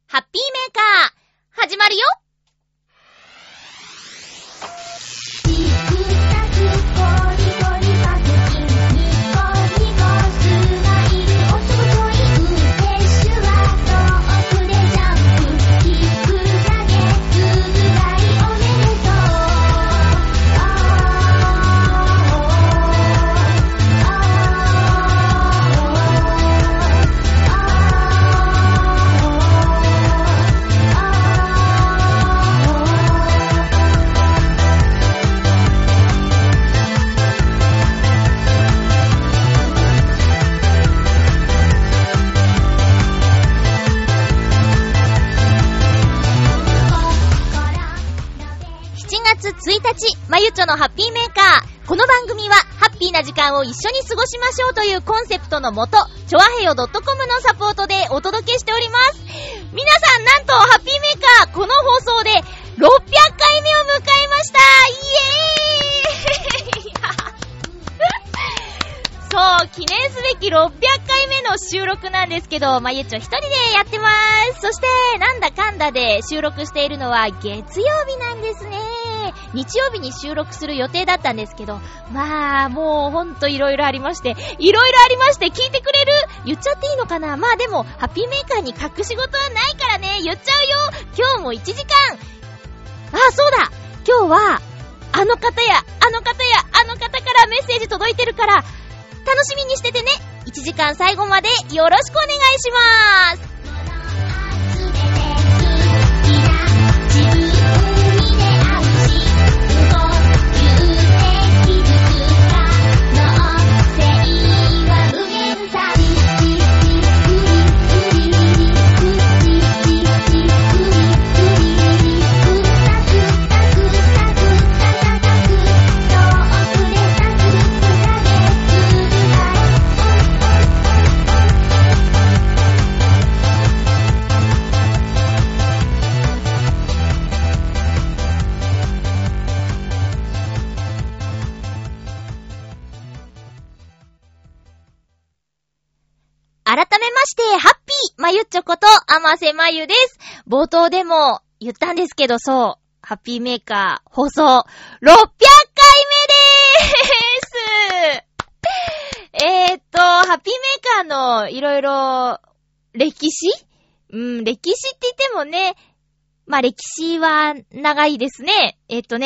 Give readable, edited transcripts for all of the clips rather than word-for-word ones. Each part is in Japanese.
ハッピーメーカー始まるよ。1日、まゆちょのハッピーメーカー。この番組はハッピーな時間を一緒に過ごしましょうというコンセプトのもと、ちょわへよ .com のサポートでお届けしております。皆さん、なんとハッピーメーカー、この放送で600回目を迎えました。イエーイそう、記念すべき600回目の収録なんですけど、まゆちょ一人でやってます。そして、なんだかんだで収録しているのは月曜日なんですね。日曜日に収録する予定だったんですけど、まあもうほんといろいろありまして、聞いてくれる？言っちゃっていいのかな？まあでもハッピーメーカーに隠し事はないからね、言っちゃうよ。今日も1時間。あ、そうだ、今日はあの方からメッセージ届いてるから楽しみにしててね。1時間最後までよろしくお願いします。改めまして、ハッピーまゆっちょことあませまゆです。冒頭でも言ったんですけど、そう、ハッピーメーカー放送600回目でーす。ハッピーメーカーのいろいろ歴史って言ってもね、まあ歴史は長いですね。始ま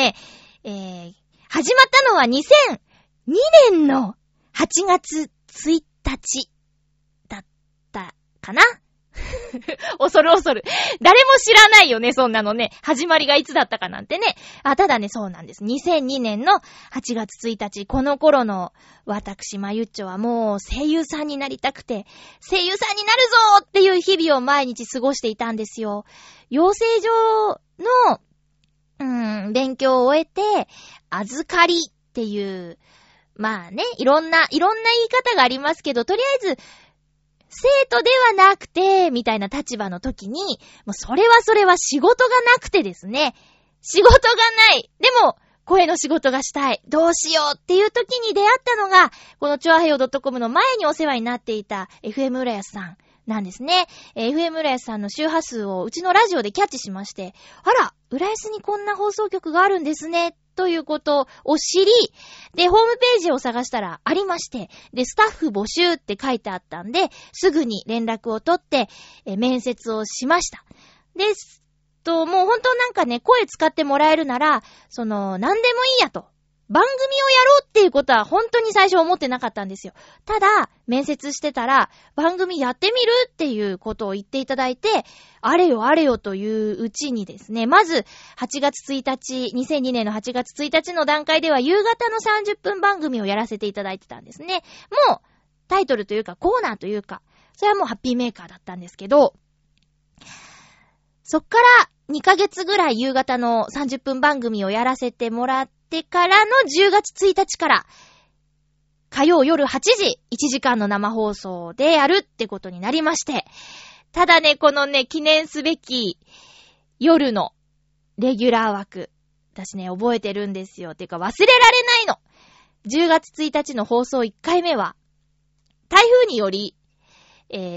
ったのは2002年の8月1日。かな恐る。誰も知らないよね、そんなのね。始まりがいつだったかなんてね。ただね、そうなんです。2002年の8月1日、この頃の私、まゆっちょはもう声優さんになりたくて、声優さんになるぞっていう日々を毎日過ごしていたんですよ。養成所の、勉強を終えて、預かりっていう、まあね、いろんな言い方がありますけど、とりあえず、生徒ではなくて、みたいな立場の時に、もうそれは仕事がなくてですね。仕事がない。でも、声の仕事がしたい。どうしようっていう時に出会ったのが、このちょわへよ .com の前にお世話になっていた FM 浦安さんなんですね。FM 浦安さんの周波数をうちのラジオでキャッチしまして、あら、浦安にこんな放送局があるんですね。ということを知り、で、ホームページを探したらありまして、で、スタッフ募集って書いてあったんで、すぐに連絡を取って、面接をしました。で、もう本当なんかね、声使ってもらえるなら、何でもいいやと。番組をやろうっていうことは本当に最初思ってなかったんですよ。ただ、面接してたら、番組やってみるっていうことを言っていただいて、あれよといううちにですね、まず、2002年の8月1日の段階では、夕方の30分番組をやらせていただいてたんですね。もう、タイトルというか、コーナーというか、それはもうハッピーメーカーだったんですけど、そっから2ヶ月ぐらい夕方の30分番組をやらせてもらってからの10月1日から火曜夜8時1時間の生放送でやるってことになりまして、ただね、このね、記念すべき夜のレギュラー枠、私ね、覚えてるんですよ。てか忘れられないの。10月1日の放送1回目は台風により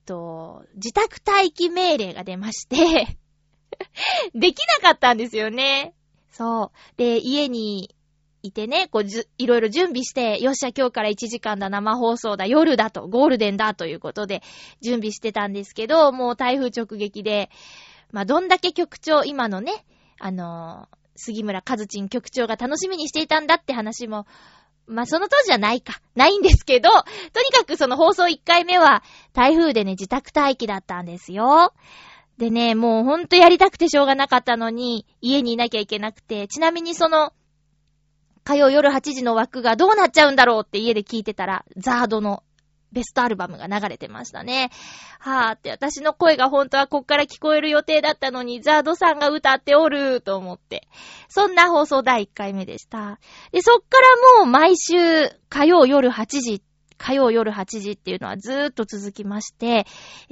自宅待機命令が出まして、できなかったんですよね。そう。で、家にいてね、いろいろ準備して、よっしゃ今日から1時間だ、生放送だ、夜だと、ゴールデンだということで準備してたんですけど、もう台風直撃で、どんだけ局長、今のね、杉村和親局長が楽しみにしていたんだって話も、その当時はないんですけど、とにかくその放送1回目は台風でね、自宅待機だったんですよ。でね、もうほんとやりたくてしょうがなかったのに、家にいなきゃいけなくて、ちなみにその、火曜夜8時の枠がどうなっちゃうんだろうって家で聞いてたら、ザードのベストアルバムが流れてましたね。はーって、私の声が本当はこっから聞こえる予定だったのに、ザードさんが歌っておると思って。そんな放送第1回目でした。で、そっからもう毎週火曜夜8時っていうのはずーっと続きまして、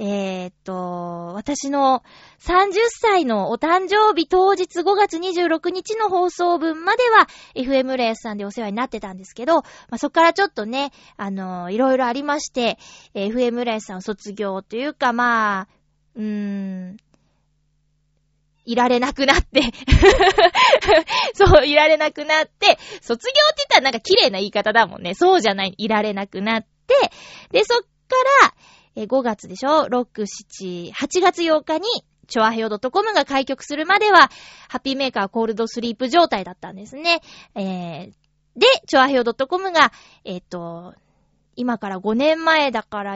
私の30歳のお誕生日当日5月26日の放送分までは FM レースさんでお世話になってたんですけど、そっからちょっとね、いろいろありまして、FM レースさんを卒業というか、いられなくなってそう、いられなくなって、卒業って言ったらなんか綺麗な言い方だもんね。そうじゃない、いられなくなって、で、そっから、5月でしょ ?6、7、8月8日に、チョアヘヨ .com が開局するまでは、ハッピーメーカーコールドスリープ状態だったんですね。で、チョアヘヨ .com が、今から5年前だから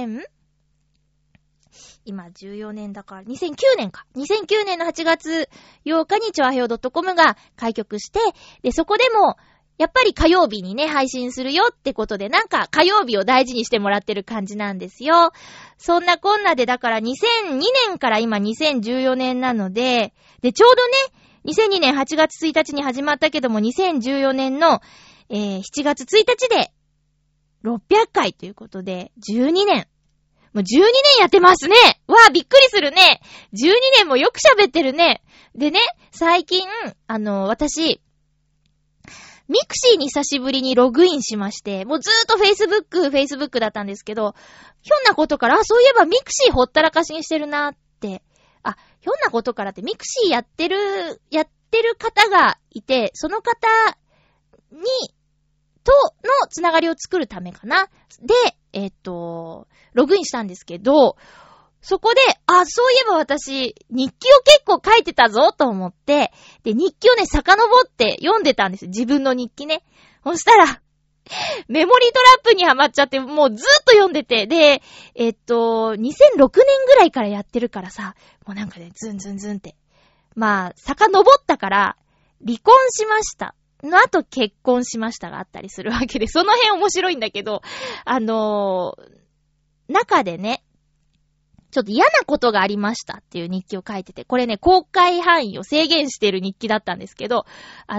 今14年だから2009年か。2009年の8月8日にチョアヘヨ .com が開局して、で、そこでも、やっぱり火曜日にね、配信するよってことで、なんか火曜日を大事にしてもらってる感じなんですよ。そんなこんなで、だから2002年から今2014年なので、で、ちょうどね、2002年8月1日に始まったけども、2014年の、7月1日で600回ということで、12年。もう12年やってますね。わあ、びっくりするね。12年もよく喋ってるね。でね、最近、私、ミクシーに久しぶりにログインしまして、もうずーっとFacebook だったんですけど、ひょんなことから、そういえばミクシーほったらかしにしてるなって、ひょんなことからってミクシーやってる方がいて、その方のつながりを作るためかな。で、ログインしたんですけど、そこで、そういえば私、日記を結構書いてたぞと思って、で、日記をね、遡って読んでたんですよ。自分の日記ね。そしたら、メモリートラップにはまっちゃって、もうずーっと読んでて、で、2006年ぐらいからやってるからさ、もうなんかね、ズンって。遡ったから、離婚しました。の後結婚しましたがあったりするわけで、その辺面白いんだけど、中でね、ちょっと嫌なことがありましたっていう日記を書いてて、これね、公開範囲を制限している日記だったんですけど、コ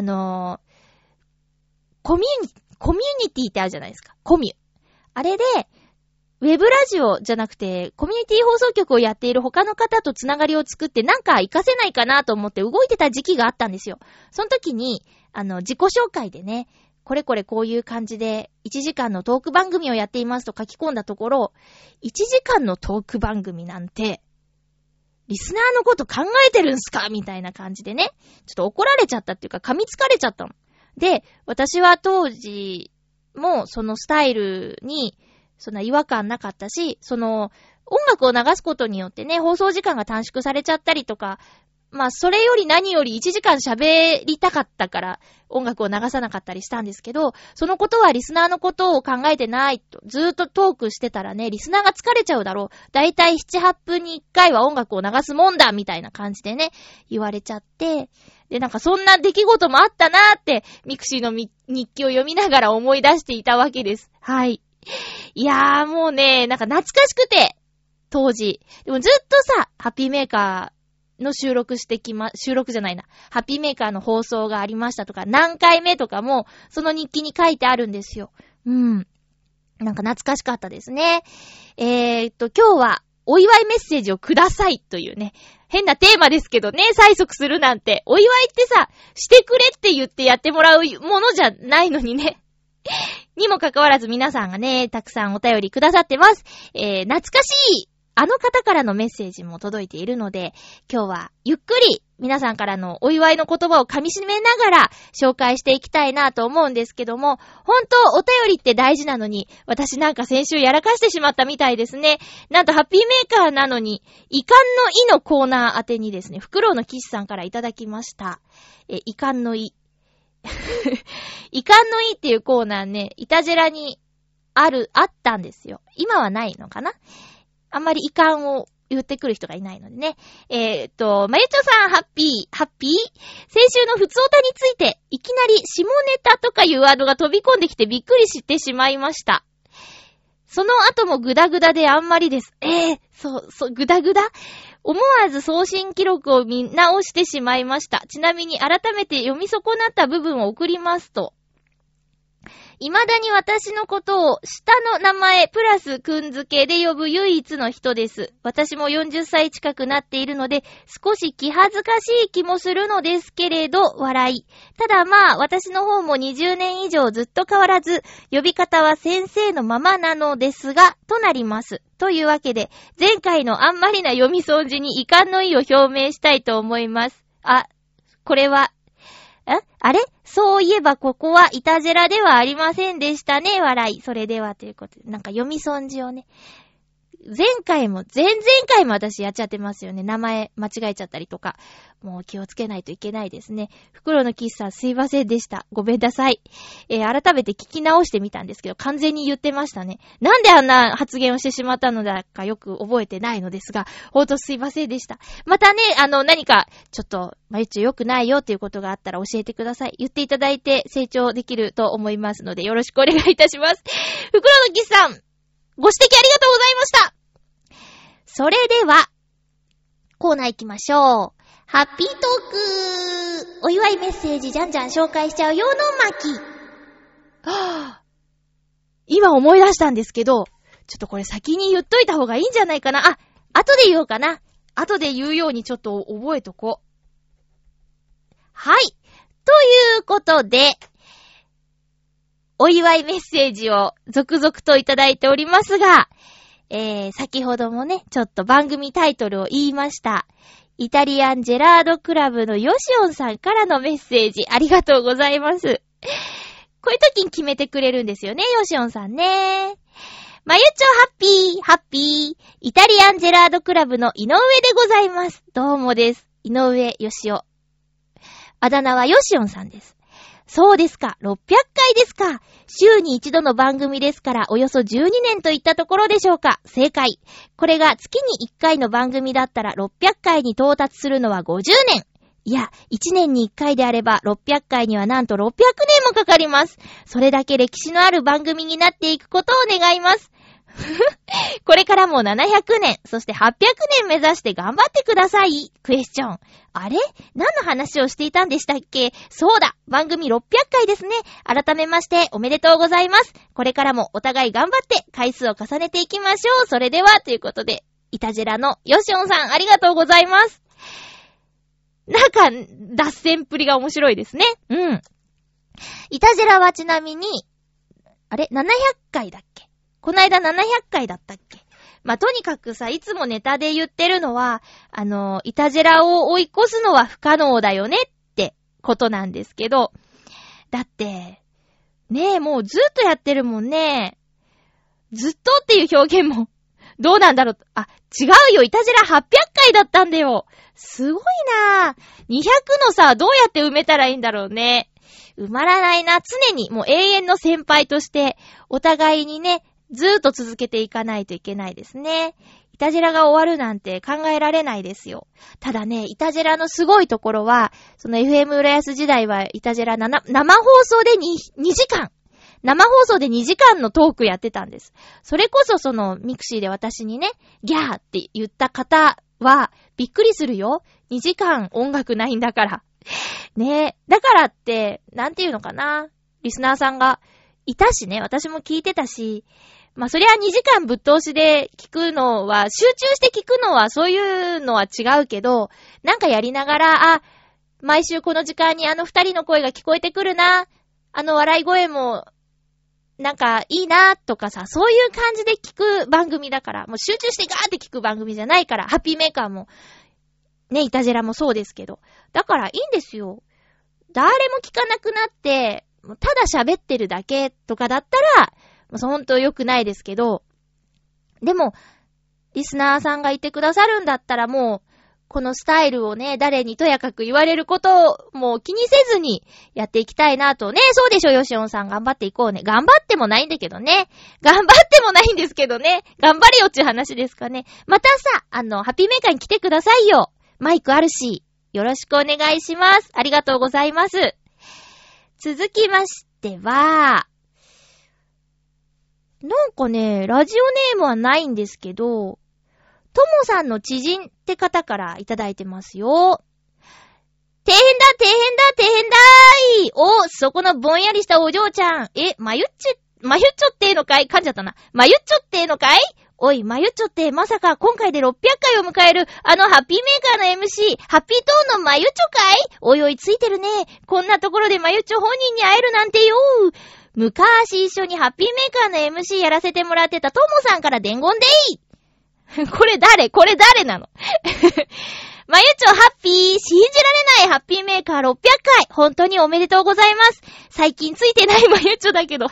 ミュニティってあるじゃないですか。あれで、ウェブラジオじゃなくて、コミュニティ放送局をやっている他の方とつながりを作ってなんか活かせないかなと思って動いてた時期があったんですよ。その時に、自己紹介でね、これこういう感じで1時間のトーク番組をやっていますと書き込んだところ、1時間のトーク番組なんて、リスナーのこと考えてるんすかみたいな感じでね、ちょっと怒られちゃったっていうか噛みつかれちゃったの。で、私は当時もそのスタイルにそんな違和感なかったし、その音楽を流すことによってね、放送時間が短縮されちゃったりとか、それより何より1時間喋りたかったから音楽を流さなかったりしたんですけど、そのことはリスナーのことを考えてないと、ずーっとトークしてたらね、リスナーが疲れちゃうだろう。だいたい7、8分に1回は音楽を流すもんだみたいな感じでね、言われちゃって、で、なんかそんな出来事もあったなーって、ミクシーの日記を読みながら思い出していたわけです。はい。いやーもうね、なんか懐かしくて、当時。でもずっとさ、ハッピーメーカー、の収録じゃないな。ハッピーメーカーの放送がありましたとか、何回目とかも、その日記に書いてあるんですよ。なんか懐かしかったですね。今日は、お祝いメッセージをくださいというね、変なテーマですけどね、催促するなんて、お祝いってさ、してくれって言ってやってもらうものじゃないのにね。にもかかわらず皆さんがね、たくさんお便りくださってます。懐かしいあの方からのメッセージも届いているので、今日はゆっくり皆さんからのお祝いの言葉を噛み締めながら紹介していきたいなと思うんですけども、本当お便りって大事なのに、私なんか先週やらかしてしまったみたいですね。なんとハッピーメーカーなのに、遺憾の意のコーナー宛てにですね、フクロウの騎士さんからいただきました。遺憾の意。遺憾の意っていうコーナーね、イタジェラにあったんですよ。今はないのかな？あんまり遺憾を言ってくる人がいないのでね。まゆちょさん、ハッピー先週のふつおたについて、いきなり下ネタとかいうワードが飛び込んできてびっくりしてしまいました。その後もグダグダであんまりです。グダグダ？思わず送信記録を見直してしまいました。ちなみに改めて読み損なった部分を送りますと、未だに私のことを下の名前プラスくんづけで呼ぶ唯一の人です。私も40歳近くなっているので少し気恥ずかしい気もするのですけれど、笑い。ただまあ私の方も20年以上ずっと変わらず、呼び方は先生のままなのですが、となります。というわけで、前回のあんまりな読み損じに遺憾の意を表明したいと思います。これは、あれ？そういえばここはイタジェラではありませんでしたね、笑い。それではということで、なんか読み損じをね、前々回も私やっちゃってますよね。名前間違えちゃったりとか。もう気をつけないといけないですね。袋のキスさんすいませんでした。ごめんなさい。改めて聞き直してみたんですけど、完全に言ってましたね。なんであんな発言をしてしまったのだかよく覚えてないのですが、ほんとすいませんでした。またね、何か、ちょっと、まゆっちょ良くないよっていうことがあったら教えてください。言っていただいて成長できると思いますので、よろしくお願いいたします。袋のキスさん、ご指摘ありがとうございました。それでは、コーナー行きましょう。ハッピートーク！お祝いメッセージじゃんじゃん紹介しちゃうよの巻。今思い出したんですけど、ちょっとこれ先に言っといた方がいいんじゃないかな。後で言おうかな。後で言うようにちょっと覚えとこう。はい。ということで、お祝いメッセージを続々といただいておりますが、先ほどもね、ちょっと番組タイトルを言いました。イタリアンジェラードクラブのヨシオンさんからのメッセージ、ありがとうございます。こういう時に決めてくれるんですよね、ヨシオンさんね。まゆちょハッピー、イタリアンジェラードクラブの井上でございます。どうもです。井上ヨシオ。あだ名はヨシオンさんです。そうですか、600回ですか。週に一度の番組ですから、およそ12年といったところでしょうか。正解。これが月に1回の番組だったら600回に到達するのは50年。いや、1年に1回であれば600回にはなんと600年もかかります。それだけ歴史のある番組になっていくことを願います。これからも700年、そして800年目指して頑張ってください。クエスチョン。あれ？何の話をしていたんでしたっけ？そうだ、番組600回ですね。改めましておめでとうございます。これからもお互い頑張って回数を重ねていきましょう。それでは、ということで、イタジェラのヨシオンさんありがとうございます。なんか、脱線っぷりが面白いですね。うん。イタジェラはちなみに、700回だっけ？こないだ700回だったっけ？まあ、とにかくさ、いつもネタで言ってるのは、イタジェラを追い越すのは不可能だよねってことなんですけど、だって、ねえ、もうずっとやってるもんね。ずっとっていう表現も、どうなんだろう。違うよ、イタジェラ800回だったんだよ。すごいなぁ。200のさ、どうやって埋めたらいいんだろうね。埋まらないな。常にもう永遠の先輩として、お互いにね、ずーっと続けていかないといけないですね。イタジェラが終わるなんて考えられないですよ。ただね、イタジェラのすごいところは、その FM 浦安時代はイタジェラ生放送で2時間。生放送で2時間のトークやってたんです。それこそそのミクシーで私にね、ギャーって言った方はびっくりするよ。2時間音楽ないんだから。ねえ。だからって、なんていうのかな。リスナーさんがいたしね、私も聞いてたし、まあそりゃ2時間ぶっ通しで聞くのは、集中して聞くのはそういうのは違うけど、なんかやりながら、毎週この時間に2人の声が聞こえてくるな、笑い声もなんかいいなとかさ、そういう感じで聞く番組だから、もう集中してガーって聞く番組じゃないから、ハッピーメーカーも、ね、イタジェラもそうですけど。だからいいんですよ。誰も聞かなくなって、ただ喋ってるだけとかだったら、ほんと良くないですけど、でも、リスナーさんがいてくださるんだったらもう、このスタイルをね、誰にとやかく言われることをもう気にせずにやっていきたいなとね。そうでしょ、ヨシオンさん。頑張っていこうね。頑張ってもないんだけどね。頑張ってもないんですけどね。頑張れよっていう話ですかね。またさ、ハッピーメーカーに来てくださいよ。マイクあるし。よろしくお願いします。ありがとうございます。続きましては、なんかね、ラジオネームはないんですけど、ともさんの知人って方からいただいてますよ。底辺だーい。お、そこのぼんやりしたお嬢ちゃん。まゆっちょってのかい？噛んじゃったな。まゆっちょってのかい？おい、まゆっちょってまさか今回で600回を迎えるハッピーメーカーの MC、ハッピートーンのまゆっちょかい？おいおいついてるね。こんなところでまゆっちょ本人に会えるなんてよ。昔一緒にハッピーメーカーの MC やらせてもらってたともさんから伝言でいい。これ誰なのまゆちょハッピー、信じられないハッピーメーカー600回、本当におめでとうございます。最近ついてないまゆちょだけど。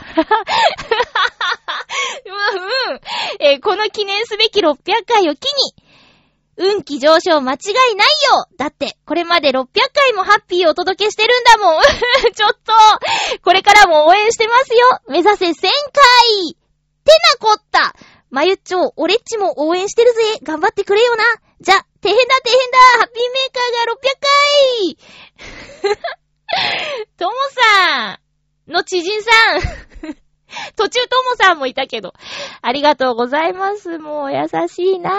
この記念すべき600回を機に、運気上昇間違いないよ。だって、これまで600回もハッピーをお届けしてるんだもん。ちょっと、これからも応援してますよ。目指せ1000回。ってなこった。まゆっちょ、俺っちも応援してるぜ。頑張ってくれよな。じゃ、てへんだ、ハッピーメーカーが600回ともさんの知人さん。途中ともさんもいたけど。ありがとうございます。もう優しいな。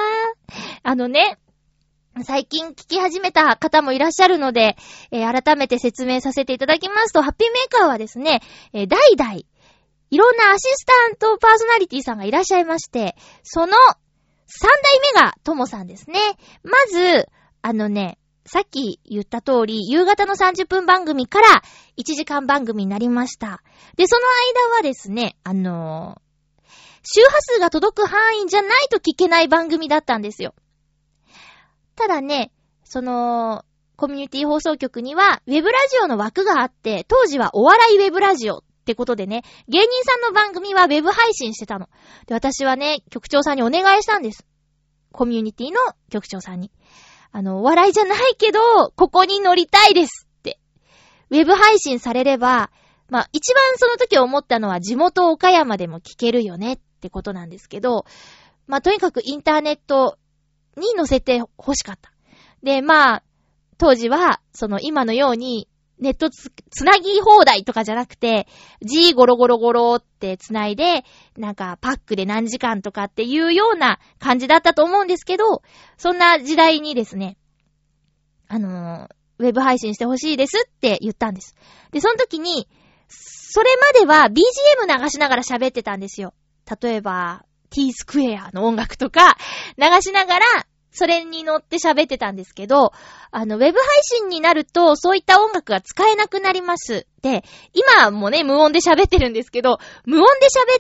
最近聞き始めた方もいらっしゃるので、改めて説明させていただきますと、ハッピーメーカーはですね、代々、いろんなアシスタントパーソナリティさんがいらっしゃいまして、その3代目がともさんですね。まず、さっき言った通り、夕方の30分番組から1時間番組になりました。で、その間はですね、周波数が届く範囲じゃないと聞けない番組だったんですよ。ただね、コミュニティ放送局にはウェブラジオの枠があって、当時はお笑いウェブラジオってことでね、芸人さんの番組はウェブ配信してたの。で、私はね、局長さんにお願いしたんです。コミュニティの局長さんに。お笑いじゃないけど、ここに乗りたいですって。ウェブ配信されれば、一番その時思ったのは地元岡山でも聞けるよねってことなんですけど、とにかくインターネットに載せて欲しかった。で、当時は、今のように、ネットつなぎ放題とかじゃなくて、G ゴロゴロゴロってつないで、なんかパックで何時間とかっていうような感じだったと思うんですけど、そんな時代にですね、ウェブ配信してほしいですって言ったんです。で、その時に、それまでは BGM 流しながら喋ってたんですよ。例えば、T スクエアの音楽とか流しながら、それに乗って喋ってたんですけど、ウェブ配信になると、そういった音楽が使えなくなります。で、今もね、無音で喋ってるんですけど、無音で喋って、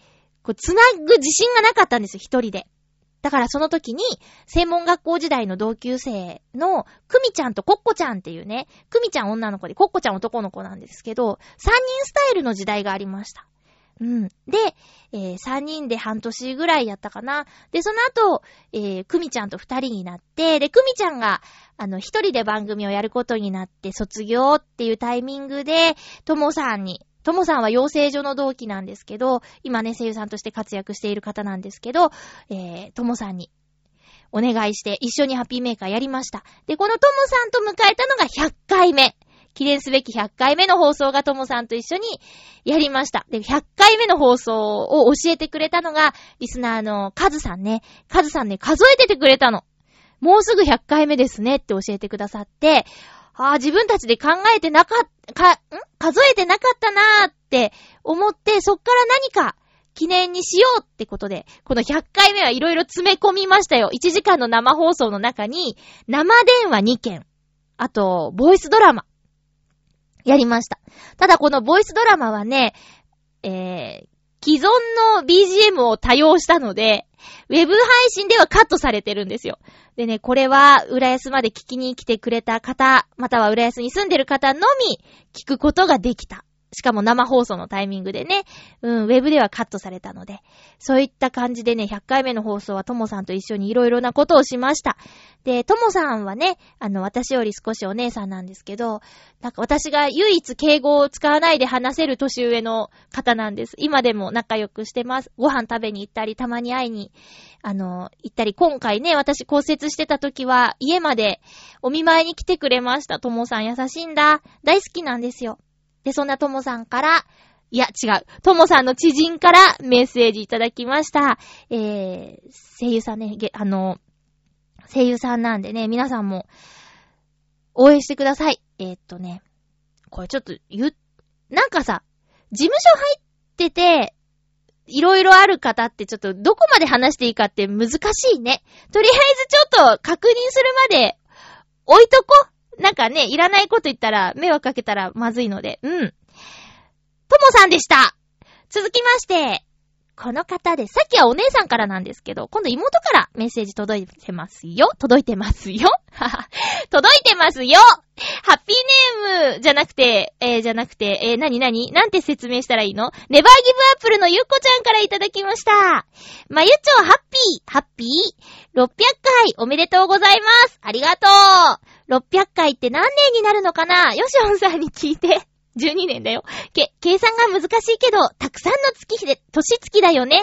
つなぐ自信がなかったんですよ、一人で。だからその時に、専門学校時代の同級生の、クミちゃんとコッコちゃんっていうね、クミちゃん女の子で、コッコちゃん男の子なんですけど、3人スタイルの時代がありました。で、3人で半年ぐらいやったかな。で、その後、クミちゃんと2人になって、で、クミちゃんが、1人で番組をやることになって、卒業っていうタイミングで、ともさんは養成所の同期なんですけど、今ね、声優さんとして活躍している方なんですけど、ともさんにお願いして、一緒にハッピーメーカーやりました。で、このともさんと迎えたのが100回目。記念すべき100回目の放送がともさんと一緒にやりました。で、100回目の放送を教えてくれたのが、リスナーのカズさんね、数えててくれたの。もうすぐ100回目ですねって教えてくださって、自分たちで数えてなかったなーって思って、そっから何か記念にしようってことで、この100回目はいろいろ詰め込みましたよ。1時間の生放送の中に、生電話2件、あと、ボイスドラマ、やりました。ただこのボイスドラマはね、 既存の BGM を多用したので、ウェブ配信ではカットされてるんですよ。でね、これは浦安まで聞きに来てくれた方、または浦安に住んでる方のみ聞くことができた。しかも生放送のタイミングでね、ウェブではカットされたので、そういった感じでね、100回目の放送はともさんと一緒にいろいろなことをしました。で、ともさんはね、私より少しお姉さんなんですけど、なんか私が唯一敬語を使わないで話せる年上の方なんです。今でも仲良くしてます。ご飯食べに行ったり、たまに会いに、行ったり、今回ね、私骨折してた時は家までお見舞いに来てくれました。ともさん優しいんだ。大好きなんですよ。で、そんなともさんから、いや、違う。ともさんの知人からメッセージいただきました。声優さんね、声優さんなんでね、皆さんも応援してください。これちょっとなんかさ、事務所入ってて、いろいろある方ってちょっとどこまで話していいかって難しいね。とりあえずちょっと確認するまで置いとこ。なんかね、いらないこと言ったら、迷惑かけたらまずいので。ともさんでした。続きまして、この方で、さっきはお姉さんからなんですけど、今度妹からメッセージ届いてますよ。届いてますよ。ハッピーネームじゃなくて、なんて説明したらいいの？ネバーギブアップルのゆっこちゃんからいただきました。まゆちょハッピー、600回おめでとうございます。ありがとう。600回って何年になるのかな？ヨシオンさんに聞いて。12年だよ。計算が難しいけど、たくさんの年月だよね。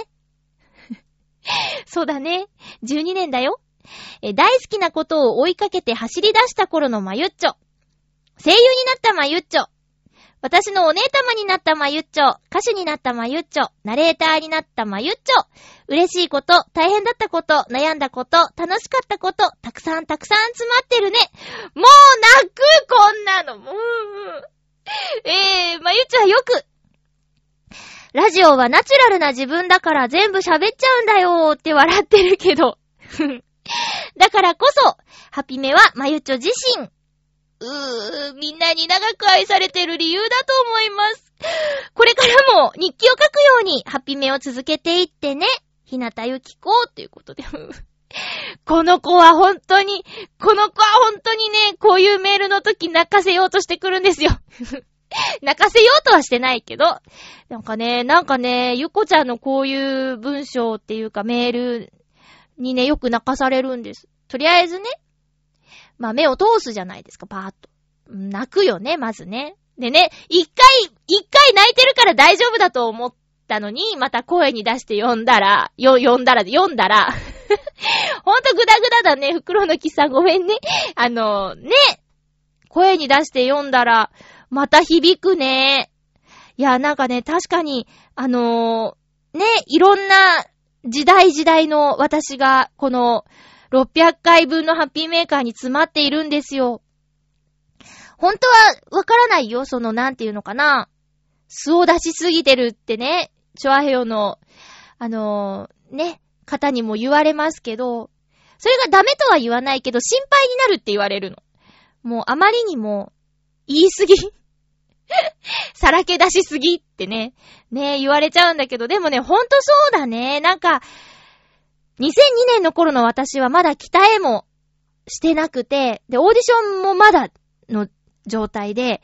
そうだね。12年だよ。大好きなことを追いかけて走り出した頃のまゆっちょ。声優になったまゆっちょ。私のお姉玉になったまゆっちょ。歌手になったまゆっちょ。ナレーターになったまゆっちょ。嬉しいこと、大変だったこと、悩んだこと、楽しかったこと、たくさん詰まってるね。もう泣く、こんなの。もう。まゆっちょはよく、ラジオはナチュラルな自分だから全部喋っちゃうんだよーって笑ってるけど。だからこそ、ハピメはまゆっちょ自身。みんなに長く愛されてる理由だと思います。これからも日記を書くようにハピメを続けていってね。ひなたゆきこということで。この子は本当にね、こういうメールの時泣かせようとしてくるんですよ。泣かせようとはしてないけど。なんかね、ゆこちゃんのこういう文章っていうかメールにね、よく泣かされるんです。とりあえずね、まあ目を通すじゃないですか、パーッと。泣くよね、まずね。でね、一回泣いてるから大丈夫だと思ったのに、また声に出して読んだら、ほんとグダグダだね、袋の木さんごめんね。声に出して読んだら、また響くね。いや、なんかね、確かに、いろんな時代の私が、この600回分のハッピーメーカーに詰まっているんですよ。本当はわからないよ、なんていうのかな。素を出しすぎてるってね、チョアヘヨの、方にも言われますけど、それがダメとは言わないけど、心配になるって言われるの。もうあまりにも、言いすぎさらけ出しすぎってね、言われちゃうんだけど、でもね、ほんとそうだね。なんか、2002年の頃の私はまだ鍛えもしてなくて、で、オーディションもまだの状態で、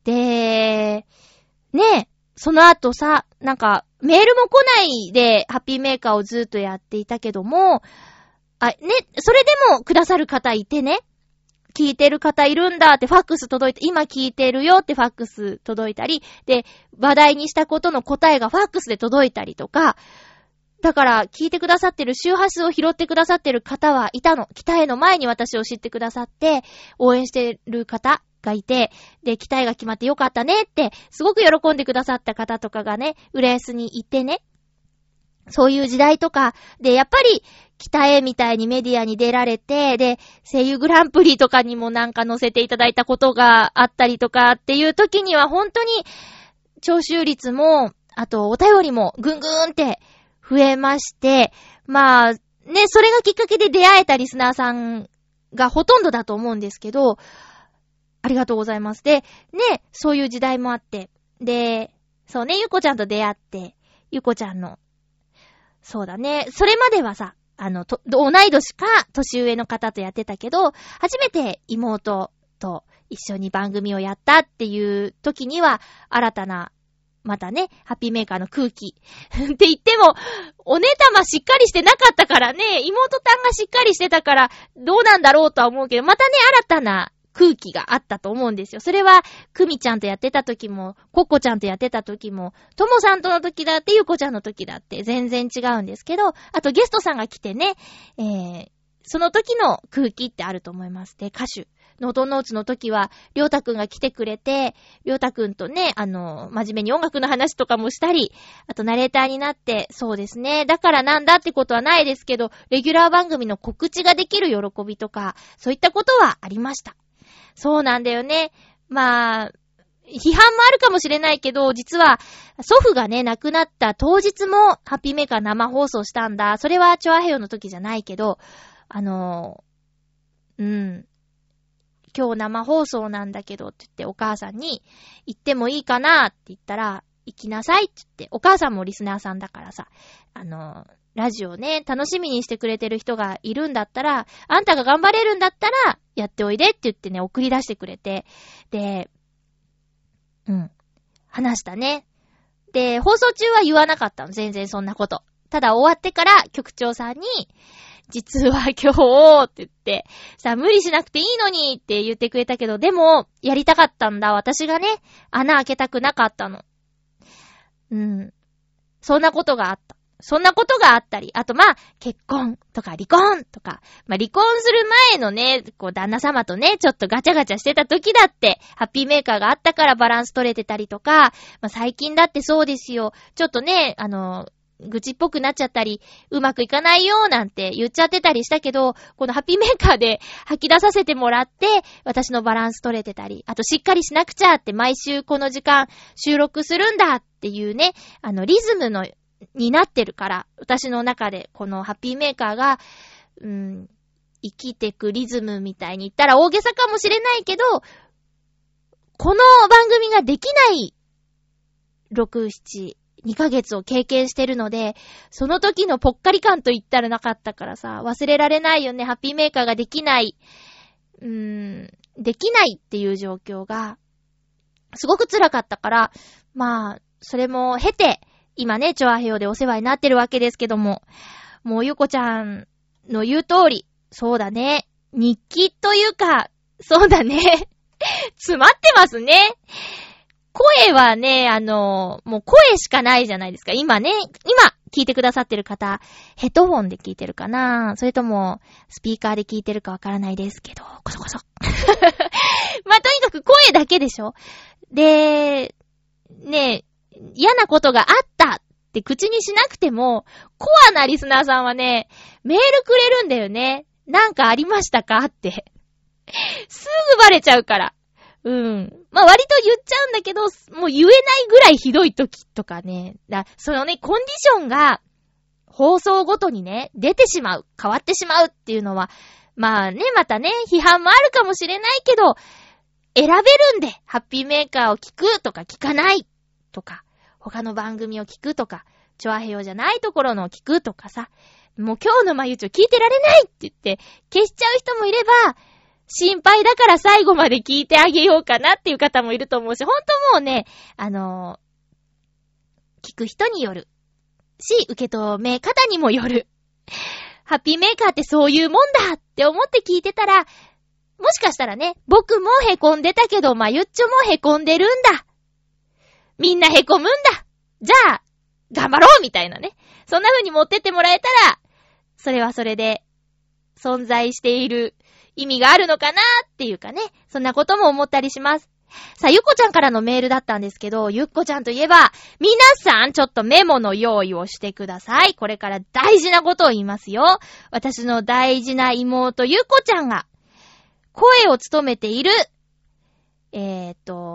その後さ、なんか、メールも来ないで、ハッピーメーカーをずっとやっていたけども、それでもくださる方いてね、聞いてる方いるんだってファックス届いて、今聞いてるよってファックス届いたり、で、話題にしたことの答えがファックスで届いたりとか、だから聞いてくださってる周波数を拾ってくださってる方はいたの。北への前に私を知ってくださって、応援してる方がいて、で、北へが決まってよかったねって、すごく喜んでくださった方とかがね、浦安にいてね、そういう時代とか、で、やっぱり、北へみたいにメディアに出られて、で、声優グランプリとかにもなんか載せていただいたことがあったりとかっていう時には本当に聴取率も、あとお便りもぐんぐんって増えまして、まあ、ね、それがきっかけで出会えたリスナーさんがほとんどだと思うんですけど、ありがとうございます。で、ね、そういう時代もあって、で、そうね、ゆこちゃんと出会って、 ゆこちゃんの。そうだね。それまではさ、同い年か年上の方とやってたけど、初めて妹と一緒に番組をやったっていう時には、新たな、またね、ハッピーメーカーの空気。って言っても、おねたましっかりしてなかったからね、妹たんがしっかりしてたから、どうなんだろうとは思うけど、またね、新たな空気があったと思うんですよ。それは、くみちゃんとやってた時も、コッコちゃんとやってた時も、ともさんとの時だって、ゆこちゃんの時だって、全然違うんですけど、あとゲストさんが来てね、その時の空気ってあると思います。で、歌手。ノートノーツの時は、りょうたくんが来てくれて、りょうたくんとね、真面目に音楽の話とかもしたり、あとナレーターになって、そうですね、だからなんだってことはないですけど、レギュラー番組の告知ができる喜びとか、そういったことはありました。そうなんだよね。まあ、批判もあるかもしれないけど、実は、祖父がね、亡くなった当日も、ハッピーメーカー生放送したんだ。それはチョアヘヨの時じゃないけど、今日生放送なんだけどって言ってお母さんに行ってもいいかなって言ったら行きなさいって言って、お母さんもリスナーさんだからさ、ラジオね、楽しみにしてくれてる人がいるんだったら、あんたが頑張れるんだったらやっておいでって言ってね、送り出してくれて、で、話したね。で、放送中は言わなかったの、全然そんなこと。ただ終わってから局長さんに、実は今日って言って、さあ無理しなくていいのにって言ってくれたけど、でも、やりたかったんだ。私がね、穴開けたくなかったの。そんなことがあった。そんなことがあったり、あと結婚とか離婚とか、離婚する前のね、旦那様とね、ちょっとガチャガチャしてた時だって、ハッピーメーカーがあったからバランス取れてたりとか、最近だってそうですよ。ちょっとね、愚痴っぽくなっちゃったり、うまくいかないよなんて言っちゃってたりしたけど、このハッピーメーカーで吐き出させてもらって、私のバランス取れてたり、あとしっかりしなくちゃって毎週この時間収録するんだっていうね、リズムになってるから、私の中でこのハッピーメーカーが、生きてくリズムみたいに言ったら大げさかもしれないけど、この番組ができない2ヶ月を経験してるので、その時のぽっかり感と言ったらなかったからさ、忘れられないよね。ハッピーメーカーができない、できないっていう状況が、すごく辛かったから、それも経て、今ね、チョアヘヨでお世話になってるわけですけども、もうゆこちゃんの言う通り、そうだね、日記というか、そうだね、詰まってますね。声はね、もう声しかないじゃないですか。今聞いてくださってる方、ヘッドフォンで聞いてるかな？それとも、スピーカーで聞いてるかわからないですけど、こそこそ。とにかく声だけでしょ？で、ね、嫌なことがあったって口にしなくても、コアなリスナーさんはね、メールくれるんだよね。なんかありましたかって。すぐバレちゃうから。割と言っちゃうんだけど、もう言えないぐらいひどい時とかね。そのね、コンディションが放送ごとにね、出てしまう、変わってしまうっていうのは、またね、批判もあるかもしれないけど、選べるんで、ハッピーメーカーを聞くとか聞かないとか、他の番組を聞くとか、チョアヘヨじゃないところのを聞くとかさ、もう今日のまゆちを聞いてられないって言って消しちゃう人もいれば、心配だから最後まで聞いてあげようかなっていう方もいると思うし、ほんともうね、聞く人によるし、受け止め方にもよる。ハッピーメーカーってそういうもんだって思って聞いてたら、もしかしたらね、僕もへこんでたけど、まゆっちょもへこんでるんだ。みんなへこむんだ。じゃあ、頑張ろうみたいなね。そんな風に持ってってもらえたら、それはそれで存在している意味があるのかなっていうかね、そんなことも思ったりします。さあ、ゆっこちゃんからのメールだったんですけど、ゆっこちゃんといえば、皆さんちょっとメモの用意をしてください。これから大事なことを言いますよ。私の大事な妹ゆっこちゃんが、声を務めている、忍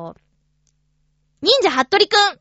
者ハットリくん。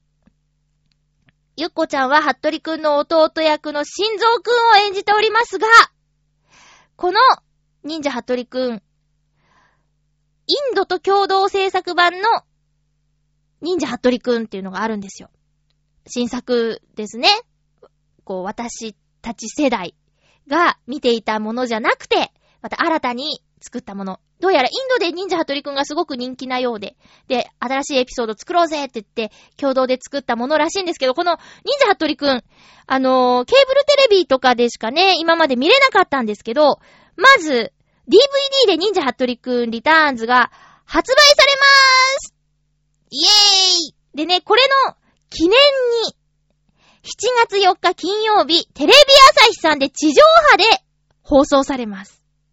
ゆっこちゃんはハットリくんの弟役の心臓くんを演じておりますが、この忍者ハットリくん、インドと共同制作版の忍者ハットリくんっていうのがあるんですよ。 新作ですね。こう、私たち世代が見ていたものじゃなくて、また新たに作ったもの。どうやらインドで忍者ハットリくんがすごく人気なようで、で、新しいエピソード作ろうぜって言って、共同で作ったものらしいんですけど、この忍者ハットリくん、ケーブルテレビとかでしかね、今まで見れなかったんですけど、まず、DVD で忍者ハットリくんリターンズが発売されまーす。イエーイでね、これの記念に、7月4日金曜日、テレビ朝日さんで地上波で放送されます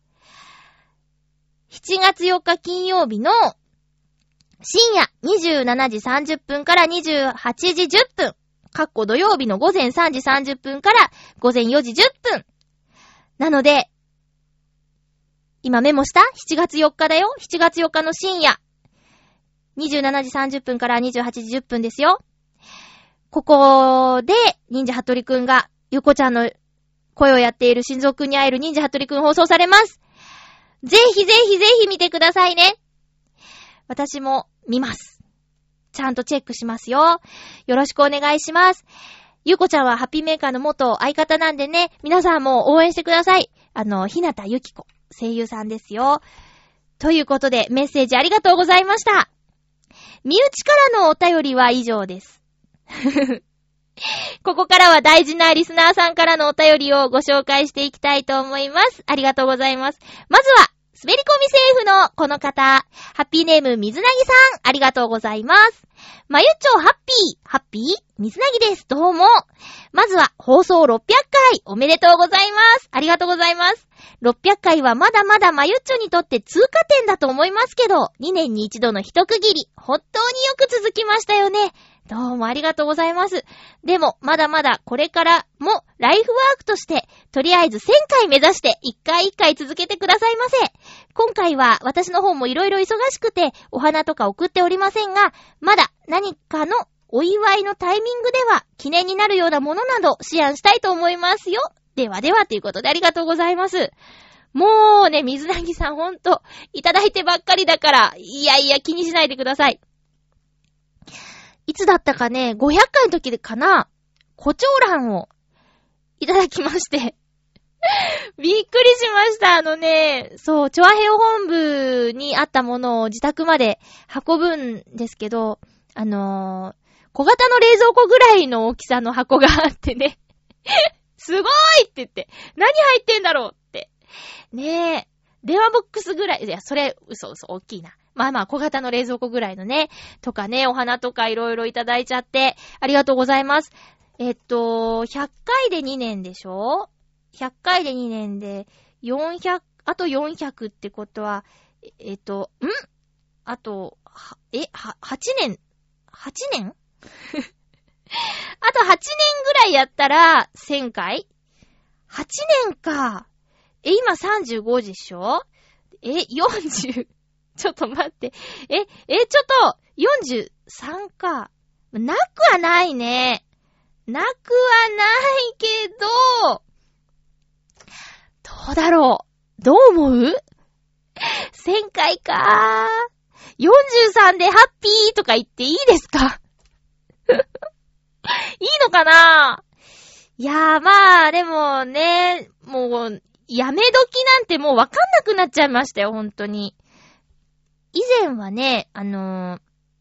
。7月4日金曜日の深夜27時30分から28時10分、土曜日の午前3時30分から午前4時10分。なので、今メモした ?7 月4日だよ。7月4日の深夜。27時30分から28時10分ですよ。ここで、忍者ハットリくんが、ゆこちゃんの声をやっている心臓くんに会える忍者ハットリくん放送されます。ぜひぜひぜひ見てくださいね。私も見ます。ちゃんとチェックしますよ。よろしくお願いします。ゆこちゃんはハッピーメーカーの元相方なんでね、皆さんも応援してください。ひなたゆきこ。声優さんですよ。ということで、メッセージありがとうございました。身内からのお便りは以上です。ここからは大事なリスナーさんからのお便りをご紹介していきたいと思います。ありがとうございます。まずは、滑り込みセーフのこの方、ハッピーネーム水なぎさん、ありがとうございます。まゆっちょハッピー水なぎです。どうも。まずは放送600回おめでとうございます。ありがとうございます。600回はまだまだまゆっちょにとって通過点だと思いますけど、2年に一度の一区切り、本当によく続きましたよね。どうもありがとうございます。でも、まだまだこれからもライフワークとして、とりあえず1000回目指して1回1回続けてくださいませ。今回は私の方もいろいろ忙しくて、お花とか送っておりませんが、まだ何かのお祝いのタイミングでは記念になるようなものなど思案したいと思いますよ。ではではということでありがとうございます。もうね、水なぎさんほんと、いただいてばっかりだから、いやいや気にしないでください。いつだったかね、500回の時かな、胡蝶蘭をいただきまして。びっくりしました。そう、チョアヘオ本部にあったものを自宅まで運ぶんですけど、小型の冷蔵庫ぐらいの大きさの箱があってね。すごいって言って、何入ってんだろうって。ねえ、電話ボックスぐらい、いや、それ、嘘、大きいな。まあまあ、小型の冷蔵庫ぐらいのね、とかね、お花とかいろいろいただいちゃって、ありがとうございます。100回で2年でしょ ?100 回で2年で、あと400ってことは、あと、8年あと8年ぐらいやったら、1000回 ?8 年か。今35でしょ40、ちょっと待って。ちょっと、43か。なくはないね。なくはないけど、どうだろう。どう思う ?1000 回か。43でハッピーとか言っていいですかいいのかないやーまあ、でもね、もう、やめ時なんてもうわかんなくなっちゃいましたよ、本当に。以前はね、半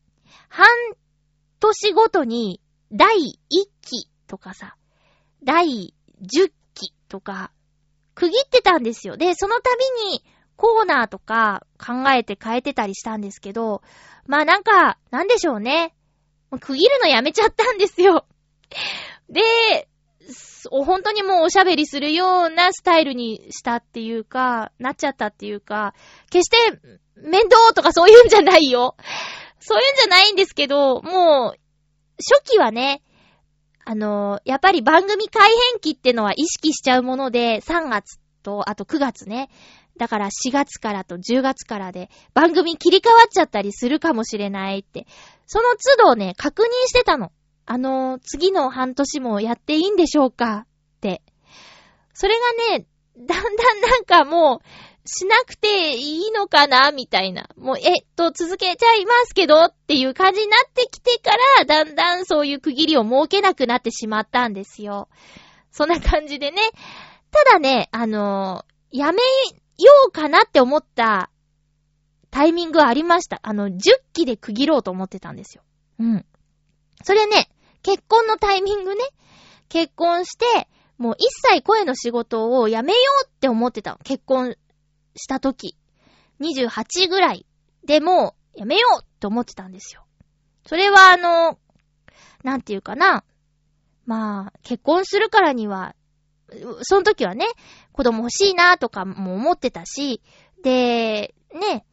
年ごとに第1期とかさ、第10期とか区切ってたんですよ。で、その度にコーナーとか考えて変えてたりしたんですけど、まあなんでしょうね。区切るのやめちゃったんですよ。で、本当にもうおしゃべりするようなスタイルにしたっていうか、なっちゃったっていうか、決して面倒とかそういうんじゃないよ。そういうんじゃないんですけど、もう、初期はね、やっぱり番組改編期ってのは意識しちゃうもので、3月と、あと9月ね。だから4月からと10月からで、番組切り替わっちゃったりするかもしれないって。その都度ね、確認してたの。次の半年もやっていいんでしょうかって。それがね、だんだんなんかもしなくていいのかなみたいな。もう、続けちゃいますけどっていう感じになってきてから、だんだんそういう区切りを設けなくなってしまったんですよ。そんな感じでね。ただね、やめようかなって思ったタイミングはありました。10期で区切ろうと思ってたんですよ。うん。それね、結婚のタイミングね。結婚して、もう一切声の仕事をやめようって思ってたの。結婚した時。28ぐらいでもうやめようって思ってたんですよ。それはなんていうかな。まあ、結婚するからには、その時はね、子供欲しいなとかも思ってたし、で、ね、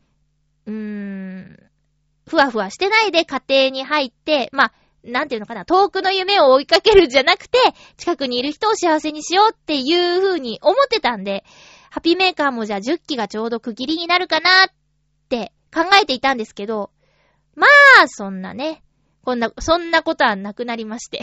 ふわふわしてないで家庭に入って、まあ、なんていうのかな、遠くの夢を追いかけるんじゃなくて、近くにいる人を幸せにしようっていう風に思ってたんで、ハッピーメーカーもじゃあ10期がちょうど区切りになるかなって考えていたんですけど、まあ、そんなね、そんなことはなくなりまして。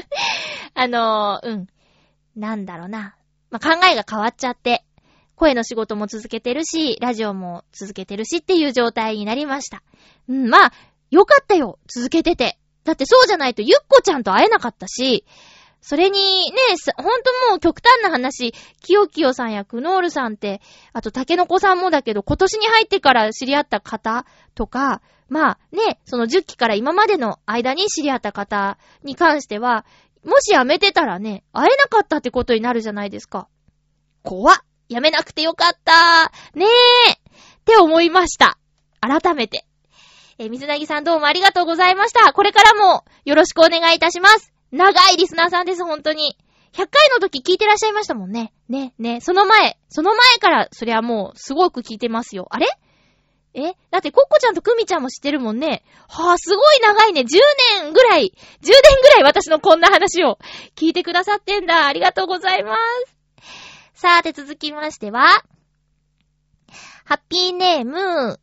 なんだろうな。まあ、考えが変わっちゃって、声の仕事も続けてるし、ラジオも続けてるしっていう状態になりました。まあ、よかったよ、続けてて。だってそうじゃないとゆっこちゃんと会えなかったし、それにね、ほんともう極端な話、きよきよさんやクノールさんって、あとたけのこさんもだけど、今年に入ってから知り合った方とか、まあね、その10期から今までの間に知り合った方に関しては、もし辞めてたらね、会えなかったってことになるじゃないですか。怖っ。辞めなくてよかった。ねえ。って思いました。改めて。水なぎさんどうもありがとうございました。これからもよろしくお願いいたします。長いリスナーさんです、本当に。100回の時聞いてらっしゃいましたもんね。ね。その前からそりゃもうすごく聞いてますよ。あれ？だってコッコちゃんとクミちゃんも知ってるもんね。はぁ、すごい長いね。10年ぐらい私のこんな話を聞いてくださってんだ。ありがとうございます。さて続きましては、ハッピーネーム、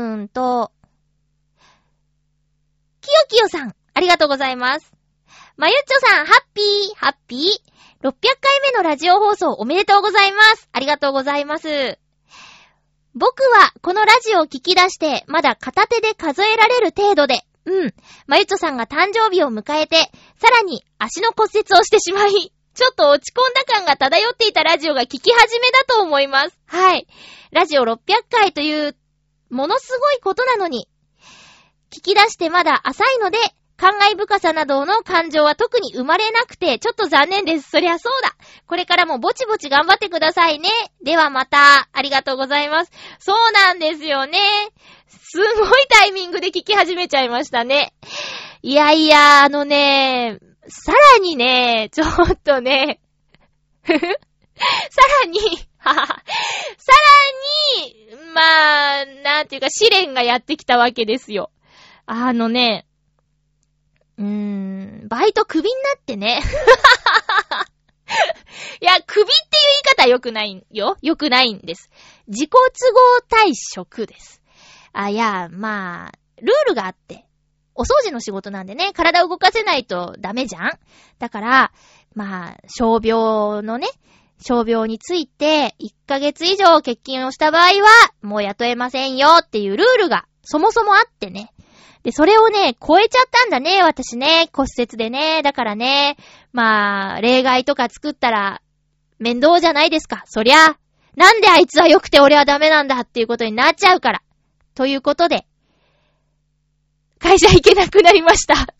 きよきよさん、ありがとうございます。まゆっちょさん、ハッピー。600回目のラジオ放送おめでとうございます。ありがとうございます。僕はこのラジオを聞き出してまだ片手で数えられる程度で、まゆっちょさんが誕生日を迎えて、さらに足の骨折をしてしまい、ちょっと落ち込んだ感が漂っていたラジオが聞き始めだと思います。はい。ラジオ600回というものすごいことなのに、聞き出してまだ浅いので、感慨深さなどの感情は特に生まれなくて、ちょっと残念です。そりゃそうだ。これからもぼちぼち頑張ってくださいね。ではまた。ありがとうございます。そうなんですよね。すごいタイミングで聞き始めちゃいましたね。いや、さらにね、ちょっとね、さらに、まあ、なんていうか試練がやってきたわけですよ。バイトクビになってね。いや、クビっていう言い方は良くないよ。良くないんです。自己都合退職です。ルールがあって、お掃除の仕事なんでね、体を動かせないとダメじゃん？だから、傷病について1ヶ月以上欠勤をした場合は、もう雇えませんよっていうルールがそもそもあってね。で、それをね、超えちゃったんだね、私ね、骨折でね。だからね、例外とか作ったら面倒じゃないですか。そりゃ、なんであいつは良くて俺はダメなんだっていうことになっちゃうから。ということで、会社行けなくなりました。わー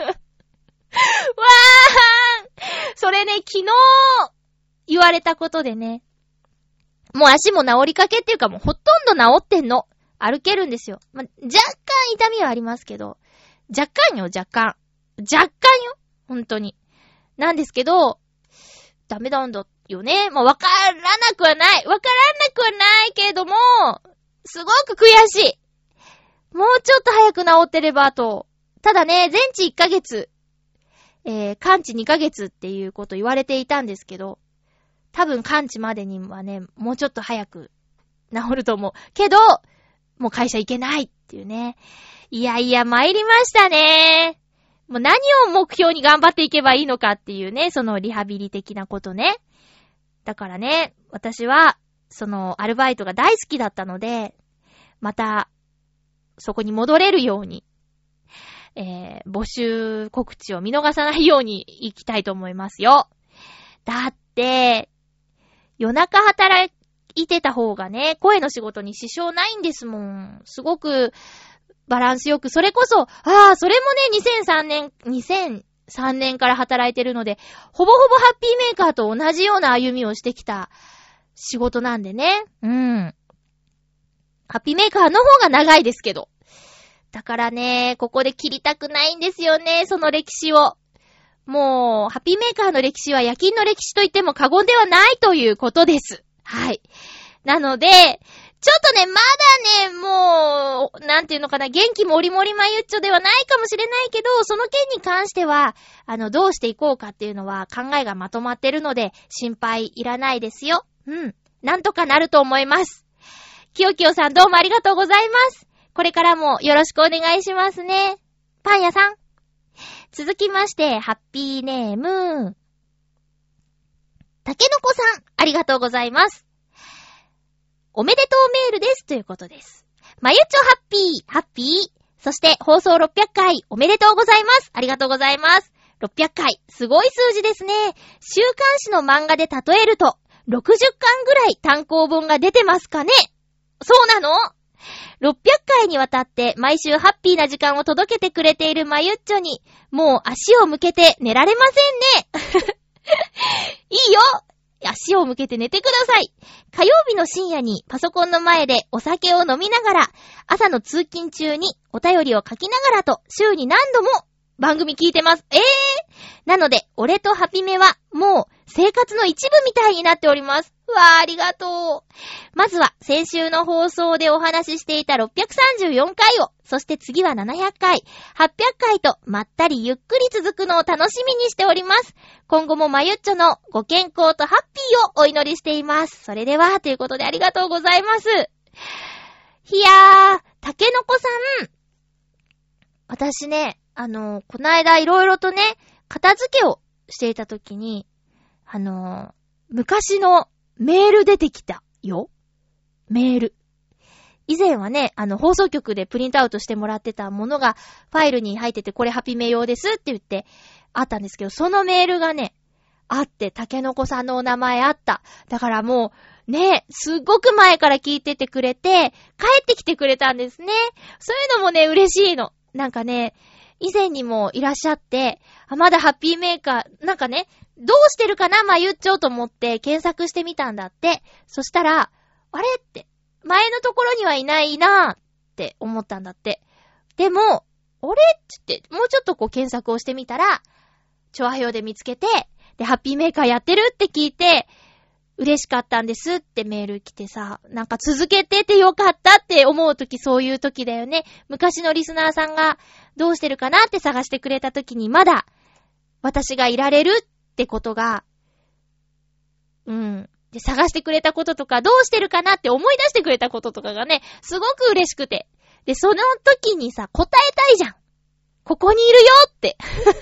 それね、昨日言われたことでね、もう足も治りかけっていうかもうほとんど治ってんの。歩けるんですよ。若干痛みはありますけど、若干よ。本当に。なんですけど、ダメなんだよね。わからなくはないけれども、すごく悔しい。もうちょっと早く治ってればと。ただね、全治1ヶ月、完治2ヶ月っていうこと言われていたんですけど、多分完治までにはね、もうちょっと早く治ると思う。けど、もう会社行けないっていうね。いや、参りましたね。もう何を目標に頑張っていけばいいのかっていうね、そのリハビリ的なことね。だからね、私はそのアルバイトが大好きだったので、またそこに戻れるように、募集告知を見逃さないように行きたいと思いますよ。だって夜中働いてた方がね、声の仕事に支障ないんですもん。すごくバランスよく、それこそ、それもね、2003年から働いてるので、ほぼほぼハッピーメーカーと同じような歩みをしてきた仕事なんでね。ハッピーメーカーの方が長いですけど。だからね、ここで切りたくないんですよね、その歴史を。もう、ハッピーメーカーの歴史は夜勤の歴史と言っても過言ではないということです。はい。なので、ちょっとね、まだね、もう、なんていうのかな、元気もりもりまゆっちょではないかもしれないけど、その件に関しては、どうしていこうかっていうのは考えがまとまってるので、心配いらないですよ。なんとかなると思います。きよきよさんどうもありがとうございます。これからもよろしくお願いしますね。パン屋さん。続きまして、ハッピーネーム、たけのこさん、ありがとうございます。おめでとうメールですということです。まゆちょハッピー。そして放送600回おめでとうございます。ありがとうございます。600回、すごい数字ですね。週刊誌の漫画で例えると、60巻ぐらい単行本が出てますかね。そうなの？600回にわたって毎週ハッピーな時間を届けてくれているまゆっちょに、もう足を向けて寝られませんね。いいよ。足を向けて寝てください。火曜日の深夜にパソコンの前でお酒を飲みながら、朝の通勤中にお便りを書きながらと、週に何度も番組聞いてます。なので、俺とハピメはもう生活の一部みたいになっております。わー、ありがとう。まずは先週の放送でお話ししていた634回を、そして次は700回、800回とまったりゆっくり続くのを楽しみにしております。今後もまゆっちょのご健康とハッピーをお祈りしています。それでは、ということでありがとうございます。いやー、たけのこさん。私ね、この間いろいろとね、片付けをしていたときに、昔のメール出てきたよ。メール。以前はね、放送局でプリントアウトしてもらってたものがファイルに入ってて、これハピメ用ですって言ってあったんですけど、そのメールがね、あって、たけのこさんのお名前あった。だからもう、ね、すっごく前から聞いててくれて、帰ってきてくれたんですね。そういうのもね、嬉しいの。なんかね、以前にもいらっしゃって、まだハッピーメーカー、なんかね、どうしてるかな、まゆっちょと思って検索してみたんだって。そしたら、あれって、前のところにはいないなーって思ったんだって。でも、あれって言って、もうちょっとこう検索をしてみたら、チョアヘヨで見つけて、で、ハッピーメーカーやってるって聞いて、嬉しかったんですってメール来てさ、なんか続けててよかったって思うとき、そういうときだよね。昔のリスナーさんがどうしてるかなって探してくれたときに、まだ私がいられるってことが、で、探してくれたこととか、どうしてるかなって思い出してくれたこととかがね、すごく嬉しくて。で、その時にさ、答えたいじゃん。ここにいるよって。ここにいるよ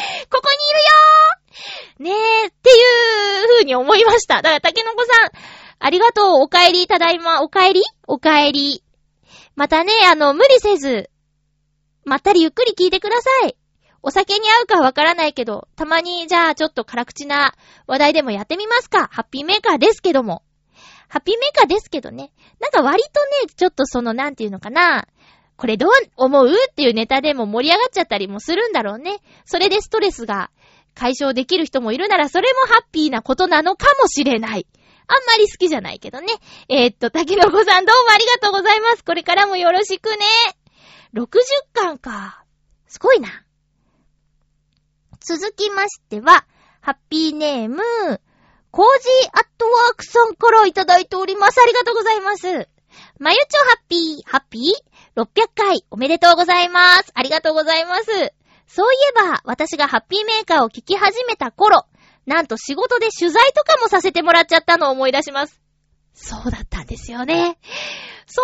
ーねえ、っていう風に思いました。だから、たけのこさん、ありがとう。お帰り、ただいま。お帰り。またね、無理せず、まったりゆっくり聞いてください。お酒に合うかわからないけど、たまにじゃあちょっと辛口な話題でもやってみますか。ハッピーメーカーですけども。ハッピーメーカーですけどね。なんか割とね、ちょっとそのなんていうのかな。これどう思うっていうネタでも盛り上がっちゃったりもするんだろうね。それでストレスが解消できる人もいるなら、それもハッピーなことなのかもしれない。あんまり好きじゃないけどね。たけのこさんどうもありがとうございます。これからもよろしくね。60巻か。すごいな。続きましては、ハッピーネーム、コージーアットワークさんからいただいております。ありがとうございます。まゆちょハッピー ?600 回おめでとうございます。ありがとうございます。そういえば、私がハッピーメーカーを聞き始めた頃、なんと仕事で取材とかもさせてもらっちゃったのを思い出します。そうだったんですよね。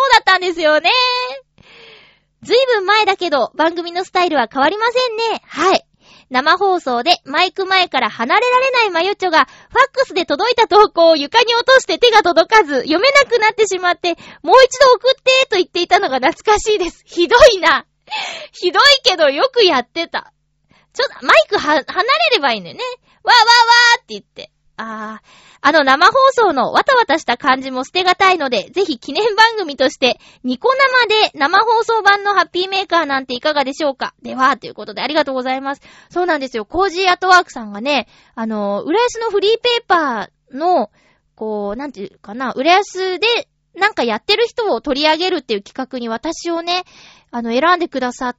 ずいぶん前だけど、番組のスタイルは変わりませんね。はい。 生放送でマイク前から離れられないマユッチョがファックスで届いた投稿を床に落として手が届かず読めなくなってしまってもう一度送ってと言っていたのが懐かしいです。ひどいな。ひどいけどよくやってた。ちょっとマイク離れればいいんだよね。わーわーわーって言って。生放送のわたわたした感じも捨てがたいので、ぜひ記念番組として、ニコ生で生放送版のハッピーメーカーなんていかがでしょうか。では、ということでありがとうございます。そうなんですよ。コージーアットワークさんがね、浦安のフリーペーパーの、なんていうかな、浦安でなんかやってる人を取り上げるっていう企画に私をね、選んでくださって、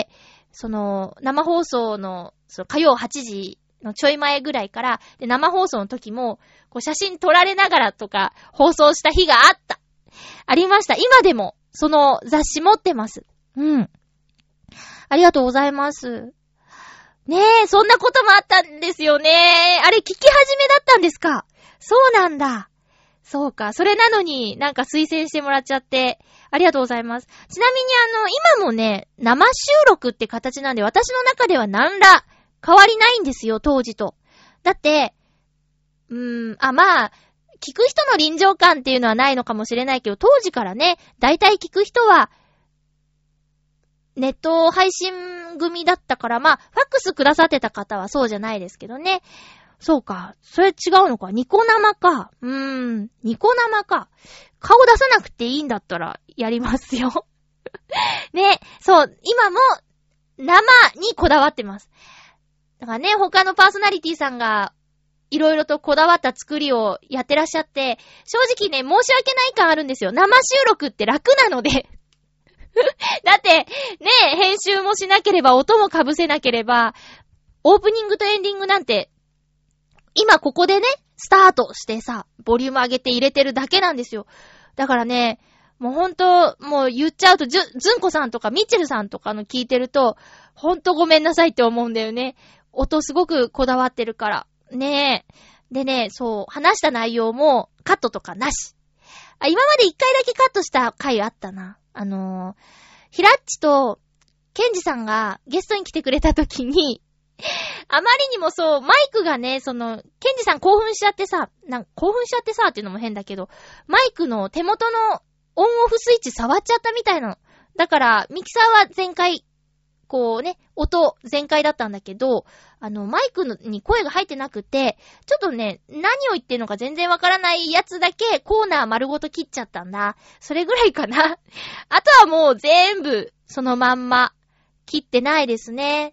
生放送の、火曜8時、のちょい前ぐらいから、で、生放送の時も、写真撮られながらとか、放送した日があった。ありました。今でも、その雑誌持ってます。うん。ありがとうございます。ねえ、そんなこともあったんですよね。あれ、聞き始めだったんですか？そうなんだ。そうか。それなのになんか推薦してもらっちゃって、ありがとうございます。ちなみに今もね、生収録って形なんで、私の中では何ら、変わりないんですよ、当時と。だって、まあ、聞く人の臨場感っていうのはないのかもしれないけど、当時からね、大体聞く人は、ネット配信組だったから、まあ、ファックスくださってた方はそうじゃないですけどね。そうか。それ違うのか。ニコ生か。ニコ生か。顔出さなくていいんだったら、やりますよ。ね、そう、今も、生にこだわってます。だからね、他のパーソナリティさんがいろいろとこだわった作りをやってらっしゃって、正直ね、申し訳ない感あるんですよ。生収録って楽なので。だって、ね、編集もしなければ、音も被せなければ、オープニングとエンディングなんて、今ここでね、スタートしてさ、ボリューム上げて入れてるだけなんですよ。だからね、もうほんと、もう言っちゃうと、ずんこさんとかミッチェルさんとかの聞いてると、ほんとごめんなさいって思うんだよね。音すごくこだわってるから。ねえ。でね、そう、話した内容もカットとかなし。今まで一回だけカットした回あったな。ひらっちとケンジさんがゲストに来てくれた時に、あまりにもそう、マイクがね、ケンジさん興奮しちゃってさっていうのも変だけど、マイクの手元のオンオフスイッチ触っちゃったみたいなの。だから、ミキサーは全開、音全開だったんだけど、マイクに声が入ってなくて、ちょっとね、何を言ってるのか全然わからないやつだけコーナー丸ごと切っちゃったんだ。それぐらいかな。あとはもう全部そのまんま切ってないですね。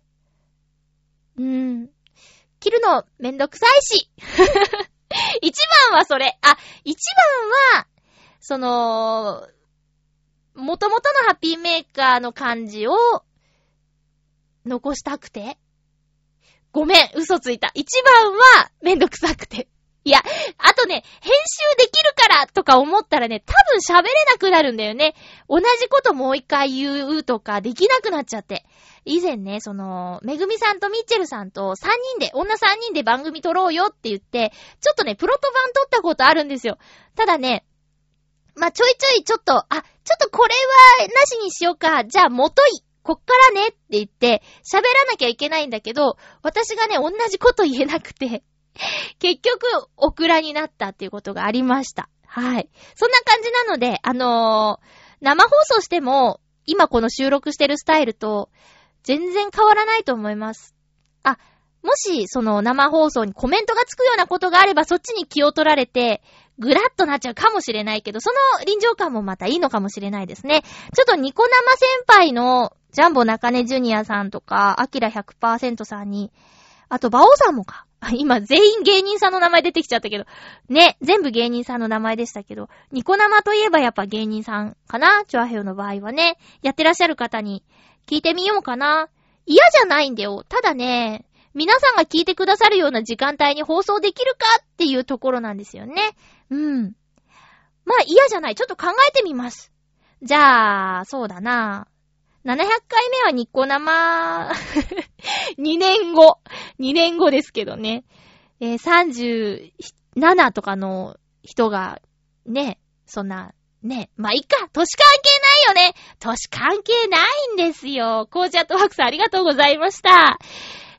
切るのめんどくさいし。一番はそれ。一番は、元々のハッピーメーカーの感じを残したくて。ごめん、嘘ついた。一番はめんどくさくて。いや、あとね、編集できるからとか思ったらね、多分喋れなくなるんだよね。同じこともう一回言うとかできなくなっちゃって。以前ね、めぐみさんとミッチェルさんと女3人で番組撮ろうよって言って、ちょっとね、プロト版撮ったことあるんですよ。ただね、まあ、ちょいちょいちょっとこれはなしにしようか。じゃあこっからねって言って、喋らなきゃいけないんだけど、私がね、同じこと言えなくて、結局、オクラになったっていうことがありました。はい。そんな感じなので、生放送しても、今この収録してるスタイルと、全然変わらないと思います。もし、生放送にコメントがつくようなことがあれば、そっちに気を取られて、ぐらっとなっちゃうかもしれないけど、その臨場感もまたいいのかもしれないですね。ちょっとニコ生先輩の、ジャンボ中根ジュニアさんとか、アキラ 100% さんに、あと、バオさんもか。今、全員芸人さんの名前出てきちゃったけど、ね、全部芸人さんの名前でしたけど、ニコ生といえばやっぱ芸人さんかな？チョアヘヨの場合はね、やってらっしゃる方に聞いてみようかな。嫌じゃないんだよ。ただね、皆さんが聞いてくださるような時間帯に放送できるかっていうところなんですよね。まあ嫌じゃない。ちょっと考えてみます。じゃあ、そうだな。700回目はニコ生2年後ですけどね。37とかの人がね、そんなね、まあいいか、年関係ないよね。年関係ないんですよ。コージャットワークさんありがとうございました。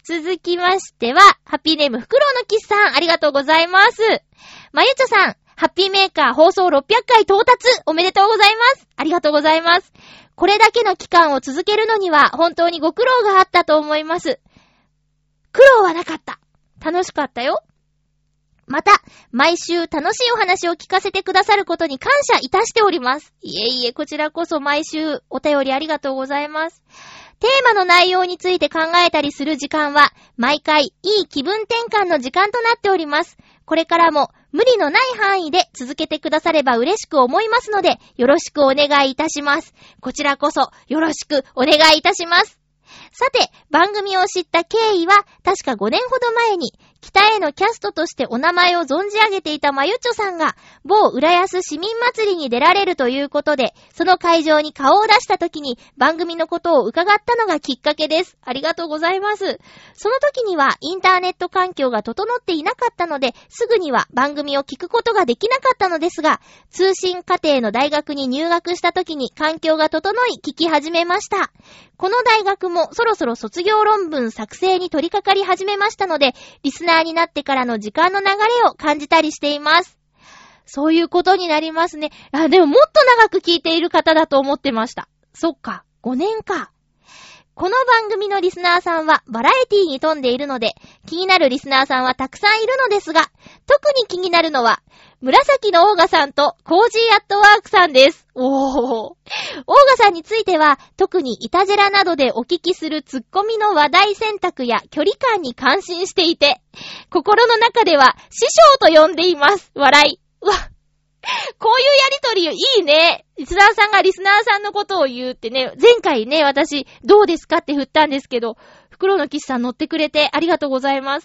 続きましては、ハッピーネームフクロウのキスさん、ありがとうございます。まゆちょさん、ハッピーメーカー放送600回到達、おめでとうございます。ありがとうございます。これだけの期間を続けるのには、本当にご苦労があったと思います。苦労はなかった。楽しかったよ。また、毎週楽しいお話を聞かせてくださることに感謝いたしております。いえいえ、こちらこそ毎週お便りありがとうございます。テーマの内容について考えたりする時間は、毎回いい気分転換の時間となっております。これからも無理のない範囲で続けてくだされば嬉しく思いますので、よろしくお願いいたします。こちらこそよろしくお願いいたします。さて、番組を知った経緯は、確か5年ほど前に、北へのキャストとしてお名前を存じ上げていたまゆちょさんが、某浦安市民祭りに出られるということで、その会場に顔を出した時に、番組のことを伺ったのがきっかけです。ありがとうございます。その時には、インターネット環境が整っていなかったので、すぐには番組を聞くことができなかったのですが、通信課程の大学に入学した時に環境が整い、聞き始めました。この大学もそろそろ卒業論文作成に取り掛かり始めましたので、リスナーになってからの時間の流れを感じたりしています。そういうことになりますね。でももっと長く聞いている方だと思ってました。そっか、5年か。この番組のリスナーさんはバラエティに富んでいるので、気になるリスナーさんはたくさんいるのですが、特に気になるのは、紫のオーガさんとコージーアットワークさんです。オーガさんについては、特にイタジェラなどでお聞きするツッコミの話題選択や距離感に感心していて、心の中では師匠と呼んでいます。笑い。うわ、こういうやりとりいいね。リスナーさんがリスナーさんのことを言うってね、前回ね、私、どうですかって振ったんですけど、袋の騎士さん乗ってくれてありがとうございます。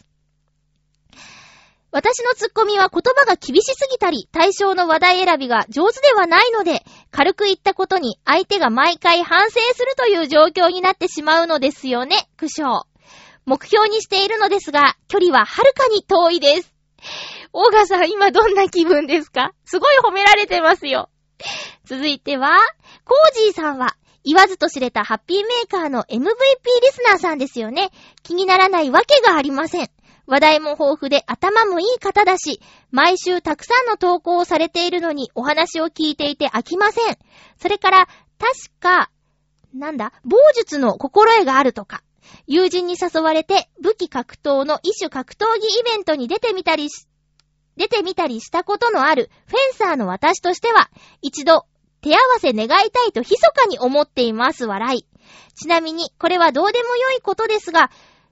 私のツッコミは言葉が厳しすぎたり、対象の話題選びが上手ではないので、軽く言ったことに相手が毎回反省するという状況になってしまうのですよね、苦笑。目標にしているのですが、距離ははるかに遠いです。オーガさん、今どんな気分ですか？すごい褒められてますよ。続いては、コージーさんは、言わずと知れたハッピーメーカーの MVP リスナーさんですよね。気にならないわけがありません。話題も豊富で頭もいい方だし、毎週たくさんの投稿をされているのにお話を聞いていて飽きません。それから、確か、棒術の心得があるとか、友人に誘われて武器格闘の一種格闘技イベントに出てみたりしたことのあるフェンサーの私としては、一度手合わせ願いたいと密かに思っています。笑い。ちなみに、これはどうでもよいことですが、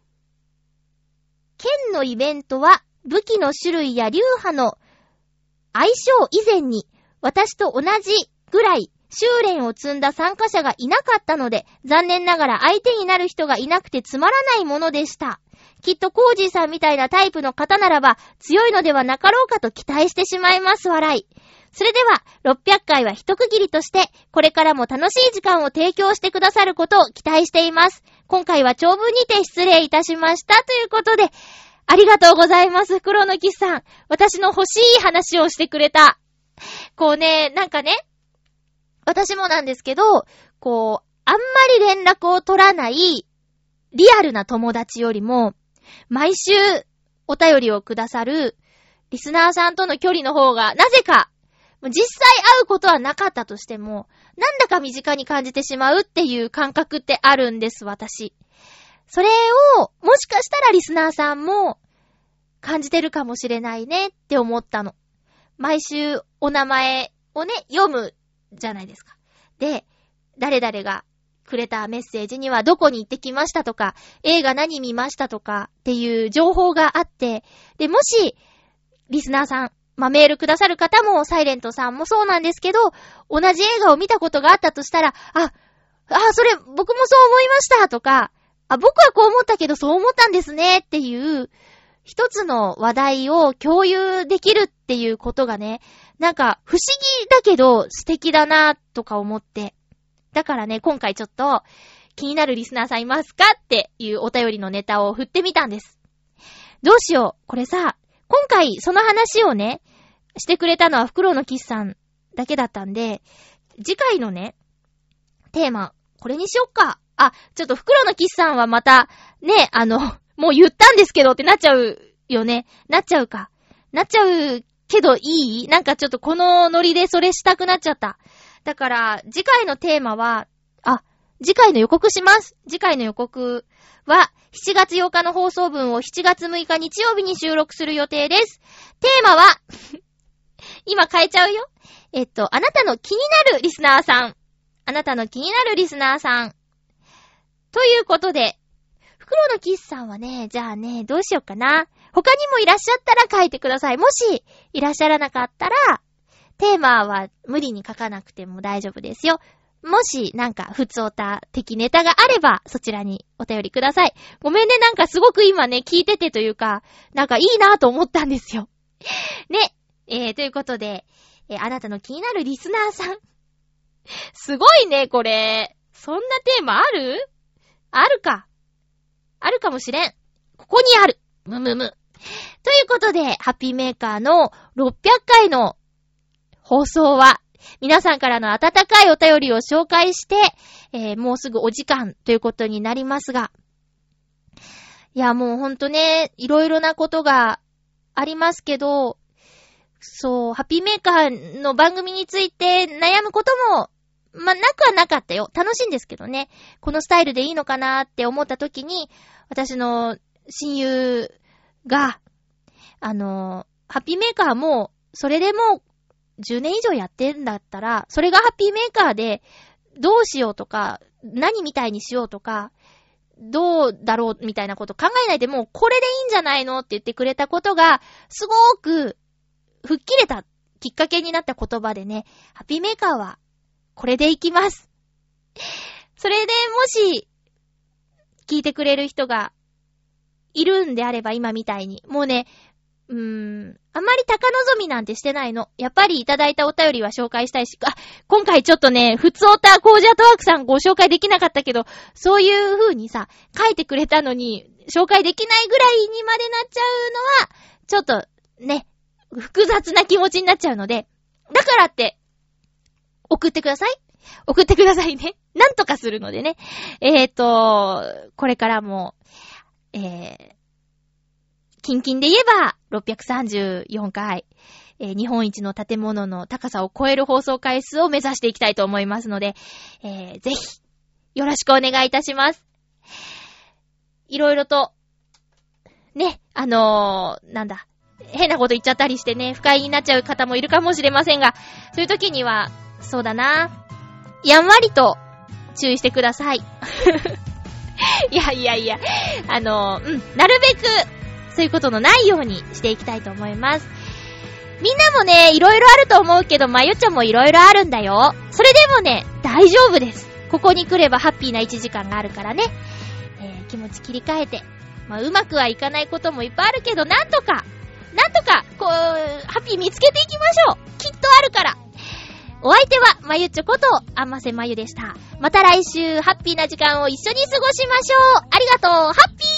県のイベントは武器の種類や流派の相性以前に私と同じぐらい修練を積んだ参加者がいなかったので、残念ながら相手になる人がいなくてつまらないものでした。きっとコージーさんみたいなタイプの方ならば強いのではなかろうかと期待してしまいます。笑い。それでは600回は一区切りとしてこれからも楽しい時間を提供してくださることを期待しています。今回は長文にて失礼いたしましたということで、ありがとうございます。黒のキスさん、私の欲しい話をしてくれた。こうね、なんかね、私もなんですけど、こうあんまり連絡を取らないリアルな友達よりも毎週お便りをくださるリスナーさんとの距離の方がなぜか実際会うことはなかったとしてもなんだか身近に感じてしまうっていう感覚ってあるんです、私。それをもしかしたらリスナーさんも感じてるかもしれないねって思ったの。毎週お名前をね読むじゃないですか。で、誰々がくれたメッセージにはどこに行ってきましたとか、映画何見ましたとかっていう情報があって、で、もしリスナーさん、メールくださる方もサイレントさんもそうなんですけど、同じ映画を見たことがあったとしたら、それ僕もそう思いましたとか、僕はこう思ったけどそう思ったんですねっていう一つの話題を共有できるっていうことがね、なんか不思議だけど素敵だなとか思って、だからね、今回ちょっと気になるリスナーさんいますかっていうお便りのネタを振ってみたんです。どうしよう、これさ、今回その話をねしてくれたのはフクロウのキスさんだけだったんで、次回のねテーマこれにしよっか。ちょっとフクロウのキスさんはまたね、 もう言ったんですけどってなっちゃうよね。なっちゃうか。なっちゃうけどいい？なんかちょっとこのノリでそれしたくなっちゃった。だから、次回のテーマは、次回の予告します。次回の予告は、7月8日の放送分を7月6日日曜日に収録する予定です。テーマは、今変えちゃうよ。あなたの気になるリスナーさん。あなたの気になるリスナーさん。ということで、袋のキスさんはね、じゃあね、どうしようかな。他にもいらっしゃったら書いてください。もし、いらっしゃらなかったら、テーマは無理に書かなくても大丈夫ですよ。もし、なんか、ふつおた的ネタがあれば、そちらにお便りください。ごめんね、なんかすごく今ね、聞いててというか、なんかいいなと思ったんですよ。ね。ということで、あなたの気になるリスナーさん。すごいね、これ。そんなテーマある？あるか。あるかもしれん。ここにある。むむむ。ということで、ハッピーメーカーの600回の放送は、皆さんからの温かいお便りを紹介して、もうすぐお時間ということになりますが。いや、もうほんとね、いろいろなことがありますけど、そう、ハッピーメーカーの番組について悩むことも、なくはなかったよ。楽しいんですけどね。このスタイルでいいのかなって思った時に、私の親友が、ハッピーメーカーも、それでも10年以上やってんだったら、それがハッピーメーカーで、どうしようとか、何みたいにしようとか、どうだろうみたいなこと考えないでもう、これでいいんじゃないのって言ってくれたことが、すごく、吹っ切れたきっかけになった言葉でね、ハッピーメーカーは、これでいきます。それでもし、聞いてくれる人が、いるんであれば今みたいに、もうね、あんまり高望みなんてしてないの。やっぱりいただいたお便りは紹介したいし、今回ちょっとね、ふつおたコージアートワークさんご紹介できなかったけど、そういう風にさ、書いてくれたのに、紹介できないぐらいにまでなっちゃうのは、ちょっと、ね、複雑な気持ちになっちゃうので、だからって、送ってくださいね。なんとかするのでね。これからも、近々で言えば、634回、日本一の建物の高さを超える放送回数を目指していきたいと思いますので、ぜひ、よろしくお願いいたします。いろいろと、ね、なんだ、変なこと言っちゃったりしてね、不快になっちゃう方もいるかもしれませんが、そういう時には、そうだな、やんわりと注意してください。いや、なるべく、そういうことのないようにしていきたいと思います。みんなもね、いろいろあると思うけど、まゆちゃんもいろいろあるんだよ。それでもね、大丈夫です。ここに来ればハッピーな1時間があるからね。気持ち切り替えて。うまくはいかないこともいっぱいあるけど、なんとか、こう、ハッピー見つけていきましょう。きっとあるから。お相手は、まゆちょこと、あませまゆでした。また来週、ハッピーな時間を一緒に過ごしましょう。ありがとう。ハッピー